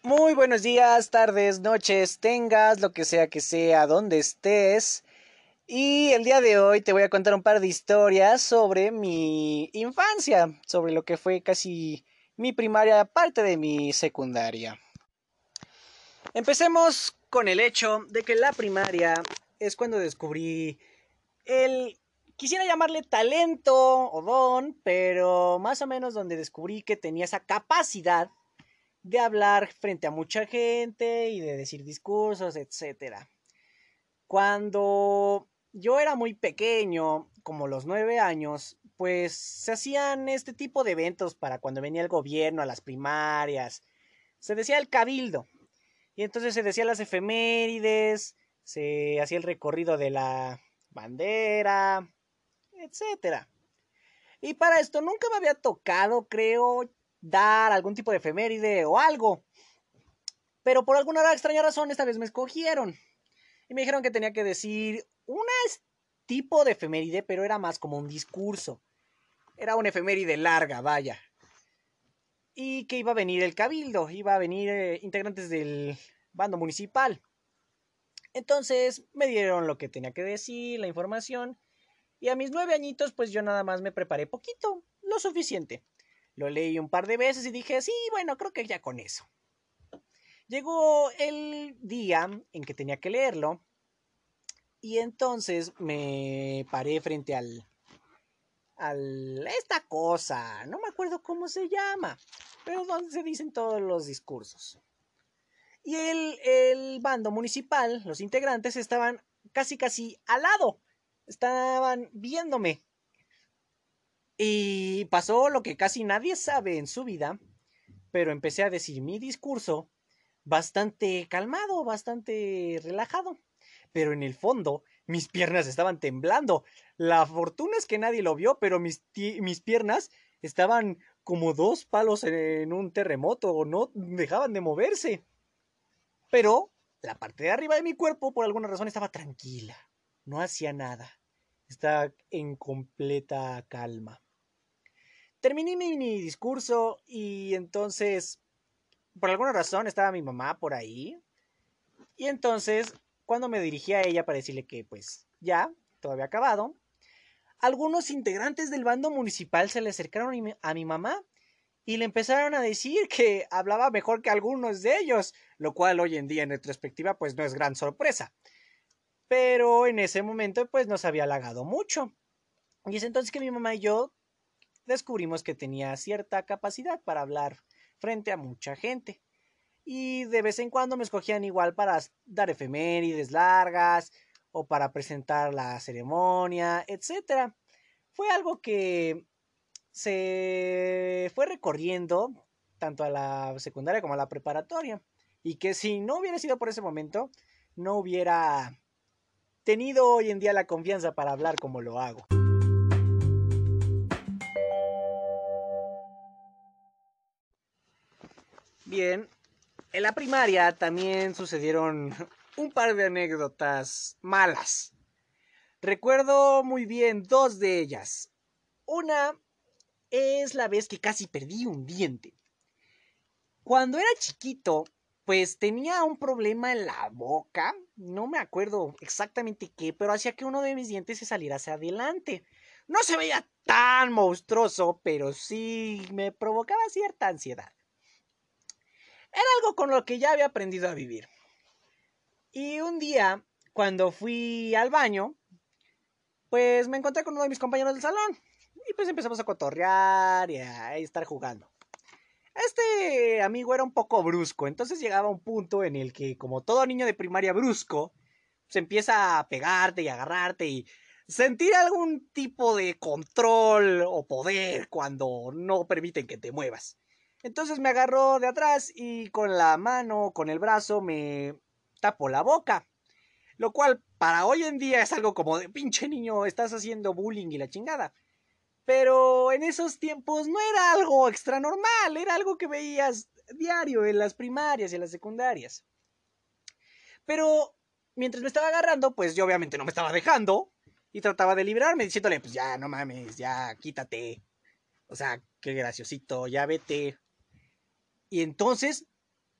Muy buenos días, tardes, noches, tengas lo que sea, donde estés. Y el día de hoy te voy a contar un par de historias sobre mi infancia, sobre lo que fue casi mi primaria, parte de mi secundaria. Empecemos con el hecho de que la primaria es cuando descubrí el, quisiera llamarle talento o don, pero más o menos donde descubrí que tenía esa capacidad de hablar frente a mucha gente y de decir discursos, etcétera. Cuando yo era muy pequeño, como los 9 años, pues se hacían este tipo de eventos para cuando venía el gobierno a las primarias. Se decía el cabildo. Y entonces se decían las efemérides, se hacía el recorrido de la bandera, etcétera. Y para esto nunca me había tocado, creo, dar algún tipo de efeméride o algo. Pero por alguna extraña razón esta vez me escogieron. Y me dijeron que tenía que decir un tipo de efeméride, pero era más como un discurso. Era una efeméride larga, vaya. Y que iba a venir el cabildo, iba a venir integrantes del bando municipal. Entonces me dieron lo que tenía que decir, la información. Y a mis 9 añitos, pues yo nada más me preparé poquito, lo suficiente. Lo leí un par de veces y dije, sí, bueno, creo que ya con eso. Llegó el día en que tenía que leerlo. Y entonces me paré frente esta cosa, no me acuerdo cómo se llama, pero donde se dicen todos los discursos. Y el bando municipal, los integrantes estaban casi al lado, estaban viéndome. Y pasó lo que casi nadie sabe en su vida, pero empecé a decir mi discurso bastante calmado, bastante relajado. Pero en el fondo mis piernas estaban temblando. La fortuna es que nadie lo vio, pero mis piernas estaban como dos palos en un terremoto, no dejaban de moverse. Pero la parte de arriba de mi cuerpo, por alguna razón, estaba tranquila. No hacía nada. Estaba en completa calma. Terminé mi discurso y entonces, por alguna razón, estaba mi mamá por ahí. Y entonces, cuando me dirigí a ella para decirle que pues ya, todo había acabado, algunos integrantes del bando municipal se le acercaron a mi mamá y le empezaron a decir que hablaba mejor que algunos de ellos, lo cual hoy en día en retrospectiva pues no es gran sorpresa. Pero en ese momento pues nos había halagado mucho. Y es entonces que mi mamá y yo descubrimos que tenía cierta capacidad para hablar frente a mucha gente. Y de vez en cuando me escogían igual para dar efemérides largas o para presentar la ceremonia, etcétera. Fue algo que se fue recorriendo tanto a la secundaria como a la preparatoria y que si no hubiera sido por ese momento, no hubiera tenido hoy en día la confianza para hablar como lo hago. Bien, en la primaria también sucedieron un par de anécdotas malas. Recuerdo muy bien dos de ellas. Una es la vez que casi perdí un diente. Cuando era chiquito, pues tenía un problema en la boca. No me acuerdo exactamente qué, pero hacía que uno de mis dientes se saliera hacia adelante. No se veía tan monstruoso, pero sí me provocaba cierta ansiedad. Era algo con lo que ya había aprendido a vivir. Y un día, cuando fui al baño, pues me encontré con uno de mis compañeros del salón. Y pues empezamos a cotorrear y a estar jugando. Este amigo era un poco brusco, entonces llegaba un punto en el que, como todo niño de primaria brusco, se empieza a pegarte y agarrarte y sentir algún tipo de control o poder cuando no permiten que te muevas. Entonces me agarró de atrás y con la mano, con el brazo, me tapó la boca. Lo cual para hoy en día es algo como de pinche niño, estás haciendo bullying y la chingada. Pero en esos tiempos no era algo extra normal, era algo que veías diario en las primarias y en las secundarias. Pero mientras me estaba agarrando, pues yo obviamente no me estaba dejando y trataba de librarme diciéndole, pues ya, no mames, ya, quítate. O sea, qué graciosito, ya vete. Y entonces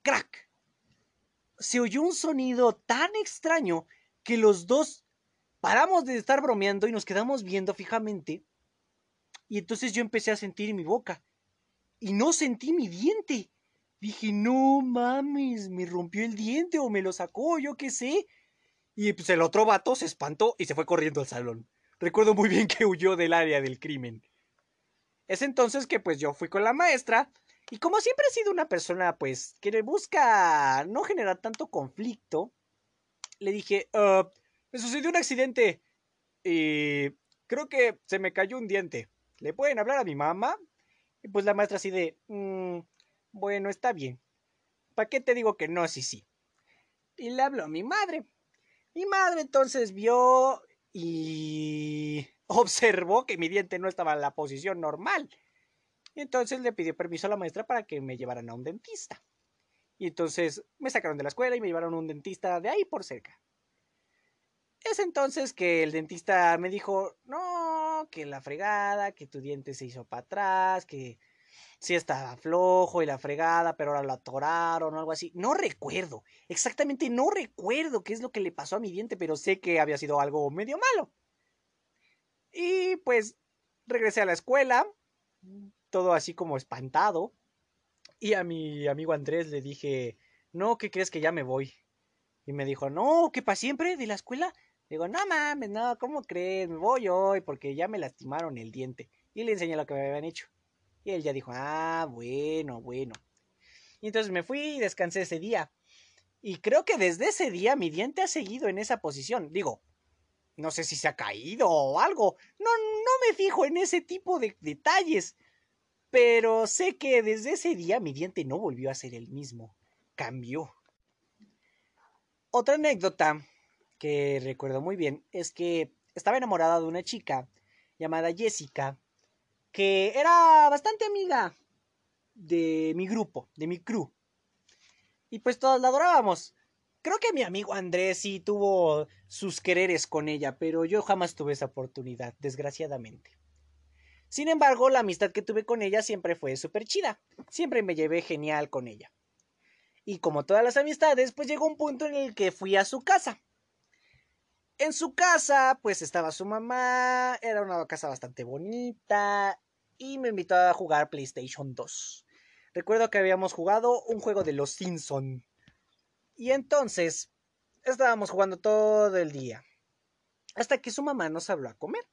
¡crack! Se oyó un sonido tan extraño que los dos paramos de estar bromeando y nos quedamos viendo fijamente. Y entonces yo empecé a sentir mi boca y no sentí mi diente. Dije, no mames, me rompió el diente o me lo sacó, yo qué sé. Y pues el otro vato se espantó y se fue corriendo al salón. Recuerdo muy bien que huyó del área del crimen. Es entonces que pues yo fui con la maestra y como siempre he sido una persona pues que busca no generar tanto conflicto, le dije, me sucedió un accidente y creo que se me cayó un diente. ¿Le pueden hablar a mi mamá? Y pues la maestra así de, bueno, está bien. ¿Para qué te digo que no? Sí, sí. Y le habló a mi madre. Mi madre entonces vio y observó que mi diente no estaba en la posición normal. Y entonces le pidió permiso a la maestra para que me llevaran a un dentista. Y entonces me sacaron de la escuela y me llevaron a un dentista de ahí por cerca. Es entonces que el dentista me dijo, no, que la fregada, que tu diente se hizo para atrás, que sí estaba flojo y la fregada, pero ahora lo atoraron o algo así. No recuerdo, exactamente no recuerdo qué es lo que le pasó a mi diente, pero sé que había sido algo medio malo. Y pues regresé a la escuela, todo así como espantado. Y a mi amigo Andrés le dije, no, ¿qué crees que ya me voy? Y me dijo, no, ¿que para siempre de la escuela? Digo, no mames, no, ¿cómo crees? Me voy hoy porque ya me lastimaron el diente. Y le enseñé lo que me habían hecho. Y él ya dijo, ah, bueno, bueno. Y entonces me fui y descansé ese día. Y creo que desde ese día mi diente ha seguido en esa posición. Digo, no sé si se ha caído o algo. No me fijo en ese tipo de detalles. Pero sé que desde ese día mi diente no volvió a ser el mismo. Cambió. Otra anécdota que recuerdo muy bien es que estaba enamorada de una chica llamada Jessica, que era bastante amiga de mi grupo, de mi crew. Y pues todos la adorábamos. Creo que mi amigo Andrés sí tuvo sus quereres con ella, pero yo jamás tuve esa oportunidad, desgraciadamente. Sin embargo, la amistad que tuve con ella siempre fue súper chida. Siempre me llevé genial con ella. Y como todas las amistades, pues llegó un punto en el que fui a su casa. En su casa, pues estaba su mamá, era una casa bastante bonita y me invitó a jugar PlayStation 2. Recuerdo que habíamos jugado un juego de los Simpson y entonces estábamos jugando todo el día hasta que su mamá nos habló a comer.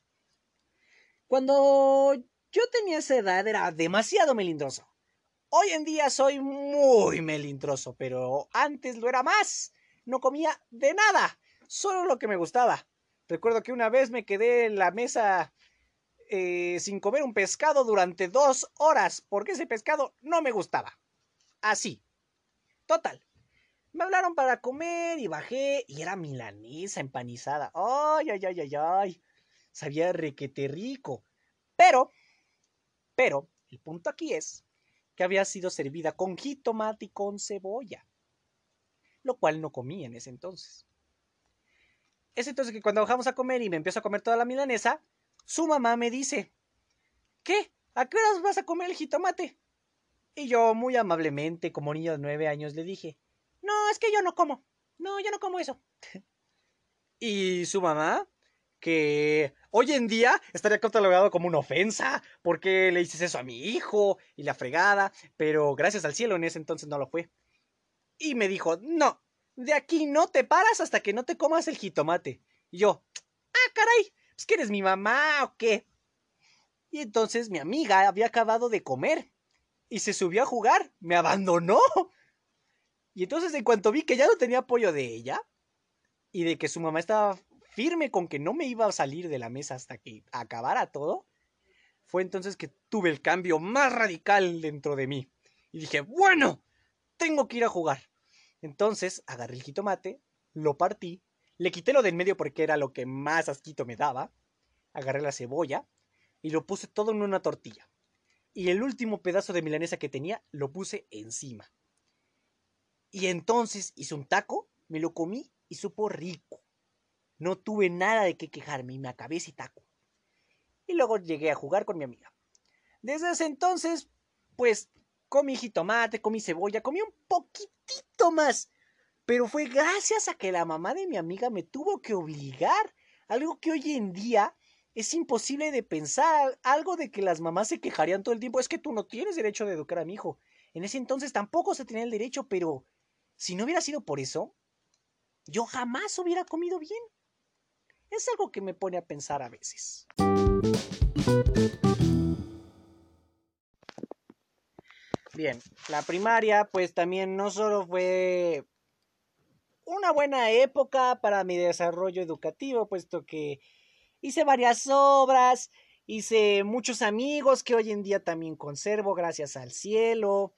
Cuando yo tenía esa edad era demasiado melindroso. Hoy en día soy muy melindroso, pero antes lo era más. No comía de nada, solo lo que me gustaba. Recuerdo que una vez me quedé en la mesa sin comer un pescado durante 2 horas, porque ese pescado no me gustaba. Así. Total. Me hablaron para comer y bajé y era milanesa empanizada. Ay, ay, ay, ay, ay. Sabía requete rico. Pero, el punto aquí es que había sido servida con jitomate y con cebolla, lo cual no comía en ese entonces. Es entonces que cuando bajamos a comer y me empiezo a comer toda la milanesa, su mamá me dice, ¿qué? ¿A qué horas vas a comer el jitomate? Y yo muy amablemente, como niño de 9 años, le dije, no, es que yo no como. No, yo no como eso. Y su mamá, que hoy en día estaría catalogado como una ofensa, ¿por qué le dices eso a mi hijo? Y la fregada, pero gracias al cielo en ese entonces no lo fue. Y me dijo, no, de aquí no te paras hasta que no te comas el jitomate. Y yo, ah, caray, ¿pues que eres mi mamá o qué? Y entonces mi amiga había acabado de comer y se subió a jugar, me abandonó. Y entonces en cuanto vi que ya no tenía apoyo de ella y de que su mamá estaba firme con que no me iba a salir de la mesa hasta que acabara todo, fue entonces que tuve el cambio más radical dentro de mí. Y dije, bueno, tengo que ir a jugar. Entonces agarré el jitomate, lo partí, le quité lo del medio porque era lo que más asquito me daba, agarré la cebolla y lo puse todo en una tortilla. Y el último pedazo de milanesa que tenía lo puse encima. Y entonces hice un taco, me lo comí y supo rico. No tuve nada de qué quejarme y me acabé ese taco. Y luego llegué a jugar con mi amiga. Desde ese entonces, pues comí jitomate, comí cebolla, comí un poquitito más. Pero fue gracias a que la mamá de mi amiga me tuvo que obligar. Algo que hoy en día es imposible de pensar. Algo de que las mamás se quejarían todo el tiempo. Es que tú no tienes derecho de educar a mi hijo. En ese entonces tampoco se tenía el derecho, pero si no hubiera sido por eso, yo jamás hubiera comido bien. Es algo que me pone a pensar a veces. Bien, la primaria pues también no solo fue una buena época para mi desarrollo educativo, puesto que hice varias obras, hice muchos amigos que hoy en día también conservo, gracias al cielo.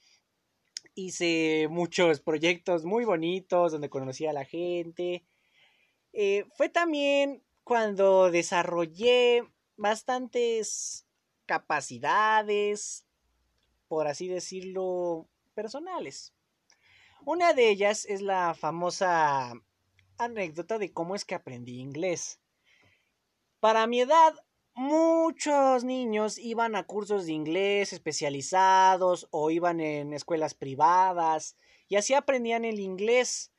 Hice muchos proyectos muy bonitos donde conocí a la gente. Fue también cuando desarrollé bastantes capacidades, por así decirlo, personales. Una de ellas es la famosa anécdota de cómo es que aprendí inglés. Para mi edad, muchos niños iban a cursos de inglés especializados o iban en escuelas privadas y así aprendían el inglés.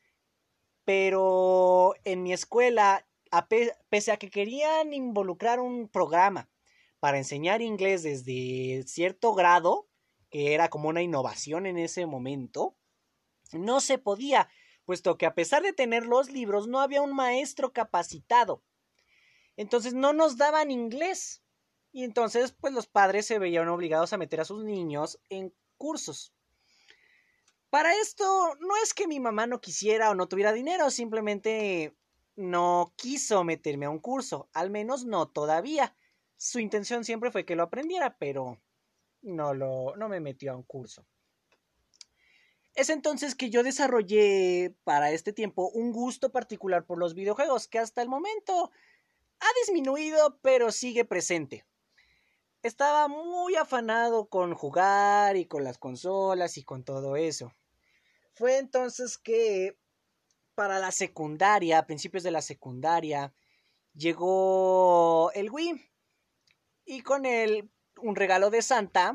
Pero en mi escuela, pese a que querían involucrar un programa para enseñar inglés desde cierto grado, que era como una innovación en ese momento, no se podía, puesto que a pesar de tener los libros, no había un maestro capacitado. Entonces no nos daban inglés. Y entonces, pues los padres se veían obligados a meter a sus niños en cursos. Para esto, no es que mi mamá no quisiera o no tuviera dinero, simplemente no quiso meterme a un curso, al menos no todavía. Su intención siempre fue que lo aprendiera, pero no me metió a un curso. Es entonces que yo desarrollé para este tiempo un gusto particular por los videojuegos, que hasta el momento ha disminuido, pero sigue presente. Estaba muy afanado con jugar y con las consolas y con todo eso. Fue entonces que para la secundaria, a principios de la secundaria, llegó el Wii y con él un regalo de Santa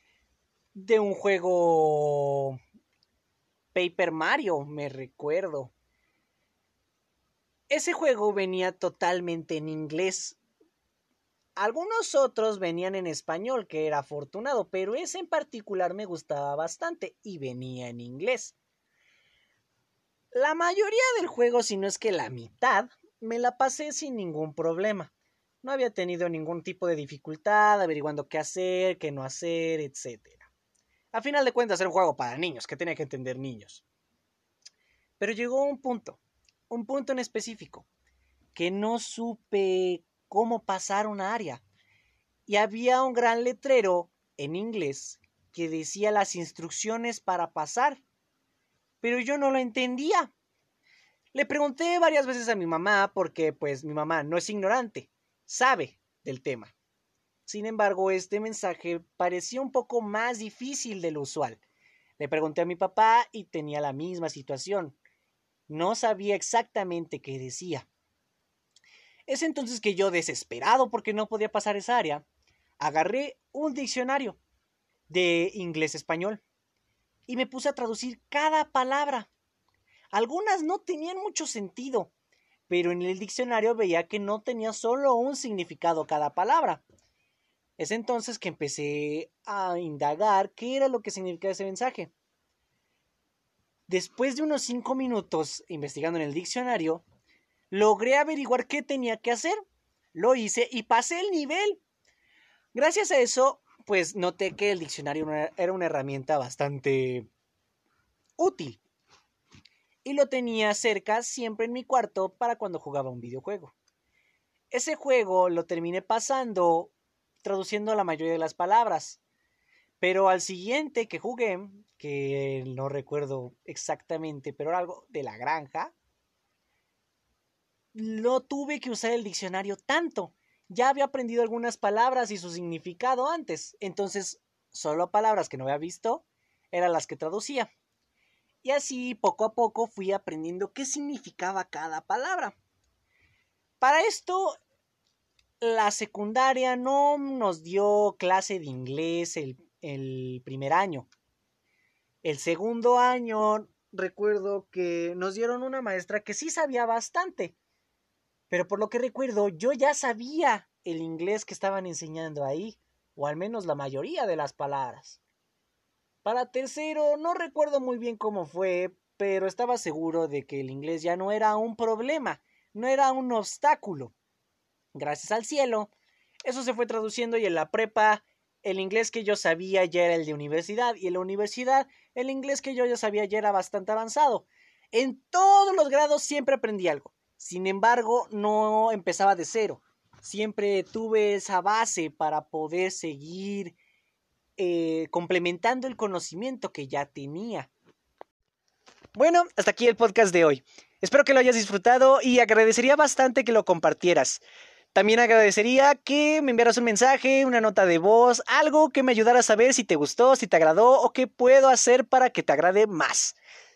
de un juego Paper Mario, me recuerdo. Ese juego venía totalmente en inglés. Algunos otros venían en español, que era afortunado, pero ese en particular me gustaba bastante y venía en inglés. La mayoría del juego, si no es que la mitad, me la pasé sin ningún problema. No había tenido ningún tipo de dificultad averiguando qué hacer, qué no hacer, etc. A final de cuentas era un juego para niños, que tenía que entender niños. Pero llegó un punto en específico, que no supe cómo pasar una área. Y había un gran letrero en inglés que decía las instrucciones para pasar, pero yo no lo entendía. Le pregunté varias veces a mi mamá porque pues mi mamá no es ignorante, sabe del tema. Sin embargo, este mensaje parecía un poco más difícil de lo usual. Le pregunté a mi papá y tenía la misma situación. No sabía exactamente qué decía. Es entonces que yo, desesperado porque no podía pasar esa área, agarré un diccionario de inglés-español y me puse a traducir cada palabra. Algunas no tenían mucho sentido, pero en el diccionario veía que no tenía solo un significado cada palabra. Es entonces que empecé a indagar qué era lo que significaba ese mensaje. Después de unos 5 minutos investigando en el diccionario, logré averiguar qué tenía que hacer. Lo hice y pasé el nivel. Gracias a eso, pues noté que el diccionario era una herramienta bastante útil. Y lo tenía cerca siempre en mi cuarto para cuando jugaba un videojuego. Ese juego lo terminé pasando traduciendo la mayoría de las palabras. Pero al siguiente que jugué, que no recuerdo exactamente, pero era algo de la granja, no tuve que usar el diccionario tanto. Ya había aprendido algunas palabras y su significado antes. Entonces, solo palabras que no había visto eran las que traducía. Y así, poco a poco, fui aprendiendo qué significaba cada palabra. Para esto, la secundaria no nos dio clase de inglés el primer año. El segundo año recuerdo que nos dieron una maestra que sí sabía bastante, pero por lo que recuerdo yo ya sabía el inglés que estaban enseñando ahí, o al menos la mayoría de las palabras. Para tercero no recuerdo muy bien cómo fue, pero estaba seguro de que el inglés ya no era un problema, no era un obstáculo. Gracias al cielo, eso se fue traduciendo y en la prepa el inglés que yo sabía ya era el de universidad y en la universidad el inglés que yo ya sabía ya era bastante avanzado. En todos los grados siempre aprendí algo. Sin embargo, no empezaba de cero. Siempre tuve esa base para poder seguir complementando el conocimiento que ya tenía. Bueno, hasta aquí el podcast de hoy. Espero que lo hayas disfrutado y agradecería bastante que lo compartieras. También agradecería que me enviaras un mensaje, una nota de voz, algo que me ayudara a saber si te gustó, si te agradó o qué puedo hacer para que te agrade más.